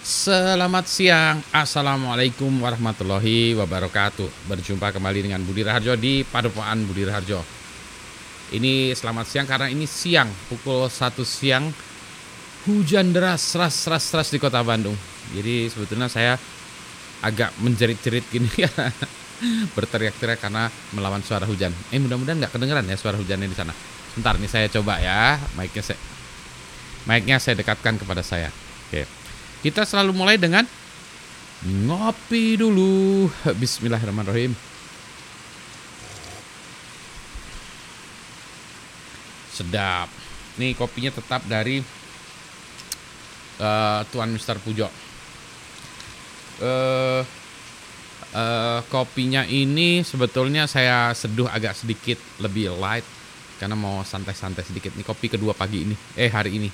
Selamat siang, Assalamualaikum warahmatullahi wabarakatuh. Berjumpa kembali dengan Budi Raharjo di Padepokan Budi Raharjo. Ini selamat siang karena ini siang, pukul 1 siang. Hujan deras, ras di kota Bandung. Jadi sebetulnya saya agak menjerit-jerit gini ya. Berteriak-teriak karena melawan suara hujan. Mudah-mudahan nggak kedengeran ya suara hujannya di sana. Sebentar nih saya coba ya, mic-nya saya dekatkan kepada saya. Oke. Kita selalu mulai dengan ngopi dulu. Bismillahirrahmanirrahim. Sedap. Nih kopinya tetap dari Tuan Mr. Pujo. Kopinya ini sebetulnya saya seduh agak sedikit lebih light karena mau santai-santai sedikit. Nih kopi kedua pagi ini. Hari ini.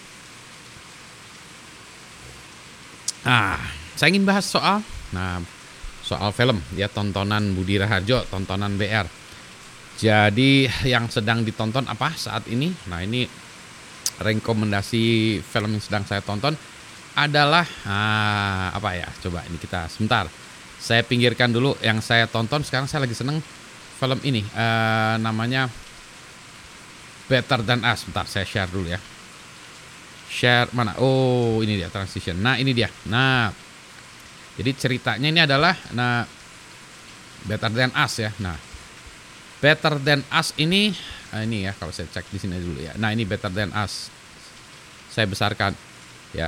Saya ingin bahas soal film ya, tontonan Budi Raharjo, tontonan BR. Jadi yang sedang ditonton apa saat ini? Nah, ini rekomendasi film yang sedang saya tonton adalah apa ya? Coba ini kita sebentar. Saya pinggirkan dulu yang saya tonton. Sekarang saya lagi seneng film ini, namanya Better Than Us. Sebentar, saya share dulu ya. Share mana? Oh, ini dia transition. Nah, ini dia. Nah, jadi ceritanya ini adalah Better Than Us ya. Nah, Better Than Us ini ya kalau saya cek di sini dulu ya. Nah, ini Better Than Us. Saya besarkan ya.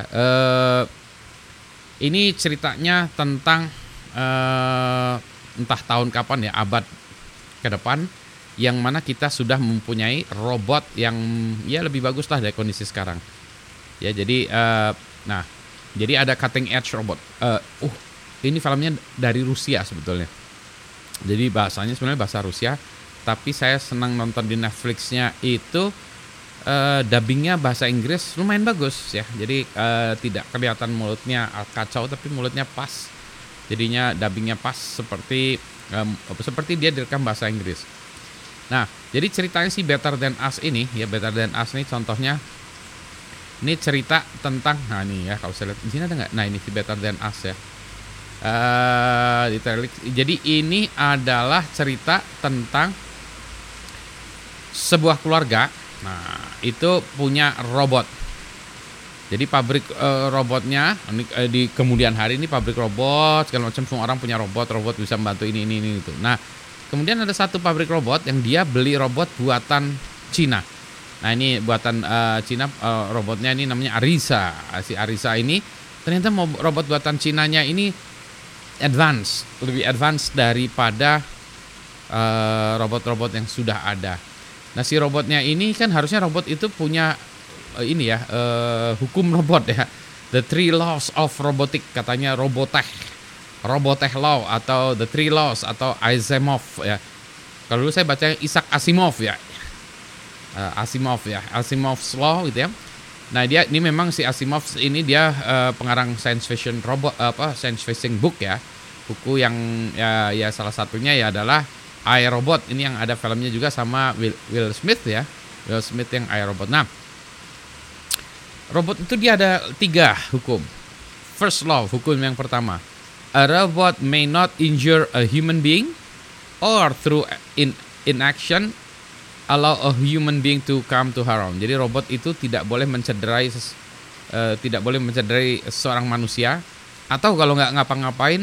Ini ceritanya tentang entah tahun kapan ya, abad ke depan, yang mana kita sudah mempunyai robot yang ya lebih bagus lah dari kondisi sekarang. Ya, jadi jadi ada cutting edge robot. Ini filmnya dari Rusia sebetulnya. Jadi bahasanya sebenarnya bahasa Rusia, tapi saya senang nonton di Netflix-nya itu dubbingnya bahasa Inggris lumayan bagus ya. Jadi tidak kelihatan mulutnya kacau, tapi mulutnya pas. Jadinya dubbingnya pas seperti dia direkam bahasa Inggris. Nah, jadi ceritanya si Better Than Us ini ya, Better Than Us ini contohnya. Ini cerita tentang, nah ini ya kalau saya lihat di sini ada nggak? Nah, ini si Better Than Us ya. Jadi ini adalah cerita tentang sebuah keluarga. Nah, itu punya robot. Jadi pabrik robotnya di kemudian hari ini pabrik robot segala macam, semua orang punya robot bisa membantu ini itu. Nah, kemudian ada satu pabrik robot yang dia beli robot buatan Cina. Nah, ini buatan Cina, robotnya ini namanya Arisa. Si Arisa ini ternyata robot buatan Cinanya ini lebih advance daripada robot-robot yang sudah ada. Nah, si robotnya ini kan harusnya robot itu punya hukum robot ya. The Three Laws of Robotics katanya, Robotech Law atau The Three Laws atau Asimov ya. Kalau dulu saya baca Isaac Asimov ya. Asimov's Law gitu ya. Nah, dia ini memang si Asimov ini dia pengarang science fiction book ya. Buku yang ya salah satunya ya adalah I, Robot. Ini yang ada filmnya juga sama Will Smith ya. Will Smith yang I, Robot. Nah, robot itu dia ada 3 hukum. First law, hukum yang pertama. A robot may not injure a human being or through inaction allow a human being to come to harm. Jadi robot itu tidak boleh mencederai seorang manusia, atau kalau nggak ngapa-ngapain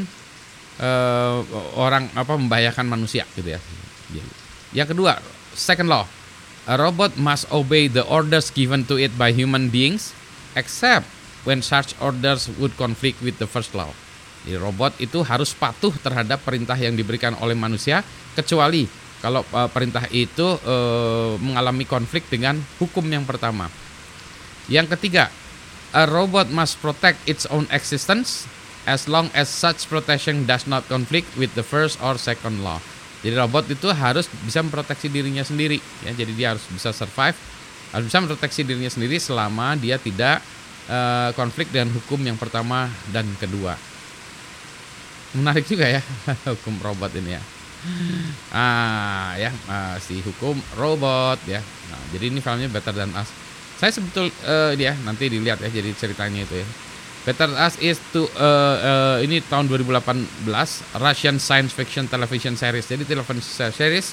membahayakan manusia gitu ya. Yang kedua, second law, a robot must obey the orders given to it by human beings except when such orders would conflict with the first law. Jadi robot itu harus patuh terhadap perintah yang diberikan oleh manusia, kecuali kalau perintah itu mengalami konflik dengan hukum yang pertama. Yang ketiga, a robot must protect its own existence as long as such protection does not conflict with the first or second law. Jadi robot itu harus bisa memproteksi dirinya sendiri ya. Jadi dia harus bisa survive, harus bisa memproteksi dirinya sendiri selama dia tidak konflik dengan hukum yang pertama dan kedua. Menarik juga ya hukum robot ini ya. Si hukum robot ya. Nah, jadi ini filmnya Better Than Us. Saya dia nanti dilihat ya, jadi ceritanya itu ya. Better Us is to ini tahun 2018 Russian science fiction television series. Jadi television series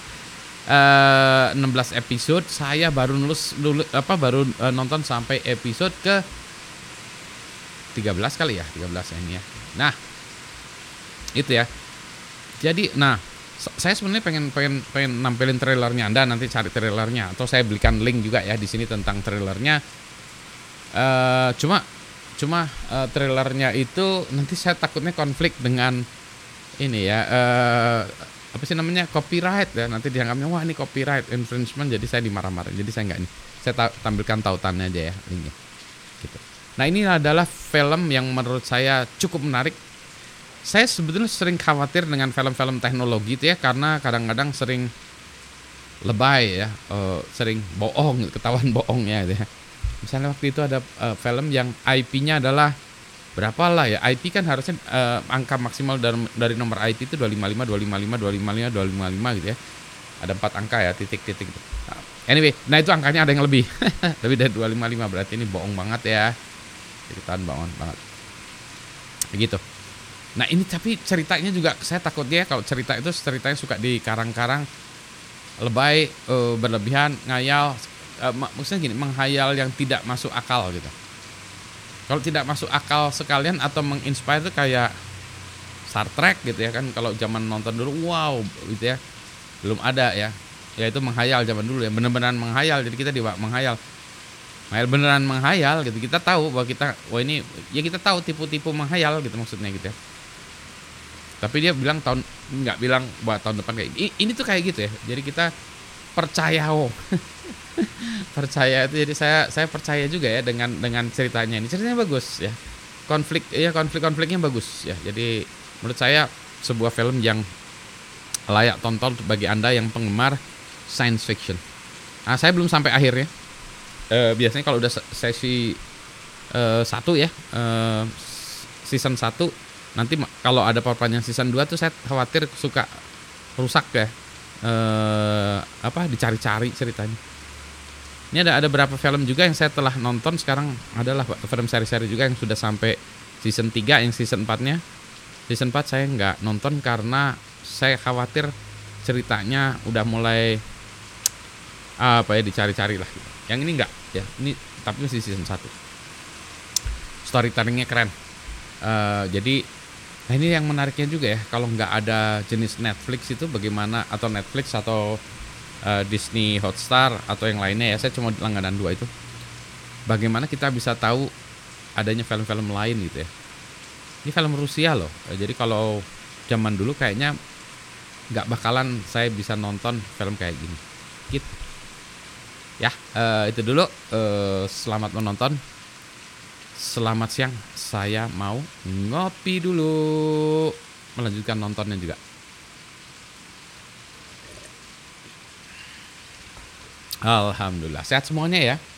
16 episode. Saya baru nonton sampai episode ke 13 kali ya, 13 ini ya. Nah, itu ya. Jadi saya sebenarnya pengen nampilin trailernya. Anda nanti cari trailernya atau saya belikan link juga ya di sini tentang trailernya. Cuma trailernya itu nanti saya takutnya konflik dengan ini ya, apa sih namanya, copyright ya. Nanti dianggapnya wah ini copyright infringement, jadi saya dimarah-marahin. Jadi saya nggak ini. Saya tampilkan tautannya aja ya linknya. Gitu. Nah ini adalah film yang menurut saya cukup menarik. Saya sebetulnya sering khawatir dengan film-film teknologi itu ya, karena kadang-kadang sering lebay ya, sering bohong, ketahuan bohongnya gitu ya. Misalnya waktu itu ada film yang IP-nya adalah berapa lah ya, IP kan harusnya angka maksimal dari nomor IP itu 255, 255, 255, 255 gitu ya. Ada 4 angka ya, titik-titik gitu. Anyway, nah itu angkanya ada yang lebih. Lebih dari 255, berarti ini bohong banget ya. Ceritaan bohong banget. Begitu. Nah ini tapi ceritanya juga saya takut dia kalau ceritanya suka dikarang-karang, lebay, berlebihan, ngayal. Maksudnya gini, menghayal yang tidak masuk akal gitu. Kalau tidak masuk akal sekalian atau menginspire itu kayak Star Trek gitu ya kan, kalau zaman nonton dulu wow gitu ya, belum ada ya. Ya itu menghayal zaman dulu ya, benar-benar menghayal. Jadi kita menghayal beneran menghayal gitu. Kita tahu bahwa ini ya kita tahu tipu-tipu menghayal gitu maksudnya gitu ya. Tapi dia nggak bilang bahwa tahun depan kayak ini tuh kayak gitu ya. Jadi kita percaya percaya itu, jadi saya percaya juga ya dengan ceritanya ini. Ceritanya bagus ya. Konfliknya bagus ya. Jadi menurut saya sebuah film yang layak tonton bagi Anda yang penggemar science fiction. Nah, saya belum sampai akhirnya. Biasanya kalau udah sesi 1 ya, season 1 nanti kalau ada perpanjangan season 2 tuh saya khawatir suka rusak ya. Dicari-cari ceritanya. Ini ada beberapa film juga yang saya telah nonton sekarang, adalah film seri-seri juga yang sudah sampai season 3, yang season 4-nya. Season 4 saya nggak nonton karena saya khawatir ceritanya udah mulai dicari-cari lah. Yang ini enggak ya, ini tapi masih season 1. Storytellingnya keren. Jadi nah ini yang menariknya juga ya, kalau nggak ada jenis Netflix itu bagaimana, atau Netflix atau Disney Hotstar atau yang lainnya ya, saya cuma langganan 2 itu. Bagaimana kita bisa tahu adanya film-film lain gitu ya. Ini film Rusia loh. Jadi kalau zaman dulu kayaknya nggak bakalan saya bisa nonton film kayak gini. Gitu. Ya, itu dulu. Selamat menonton. Selamat siang. Saya mau ngopi dulu. Melanjutkan nontonnya juga. Alhamdulillah sehat semuanya ya.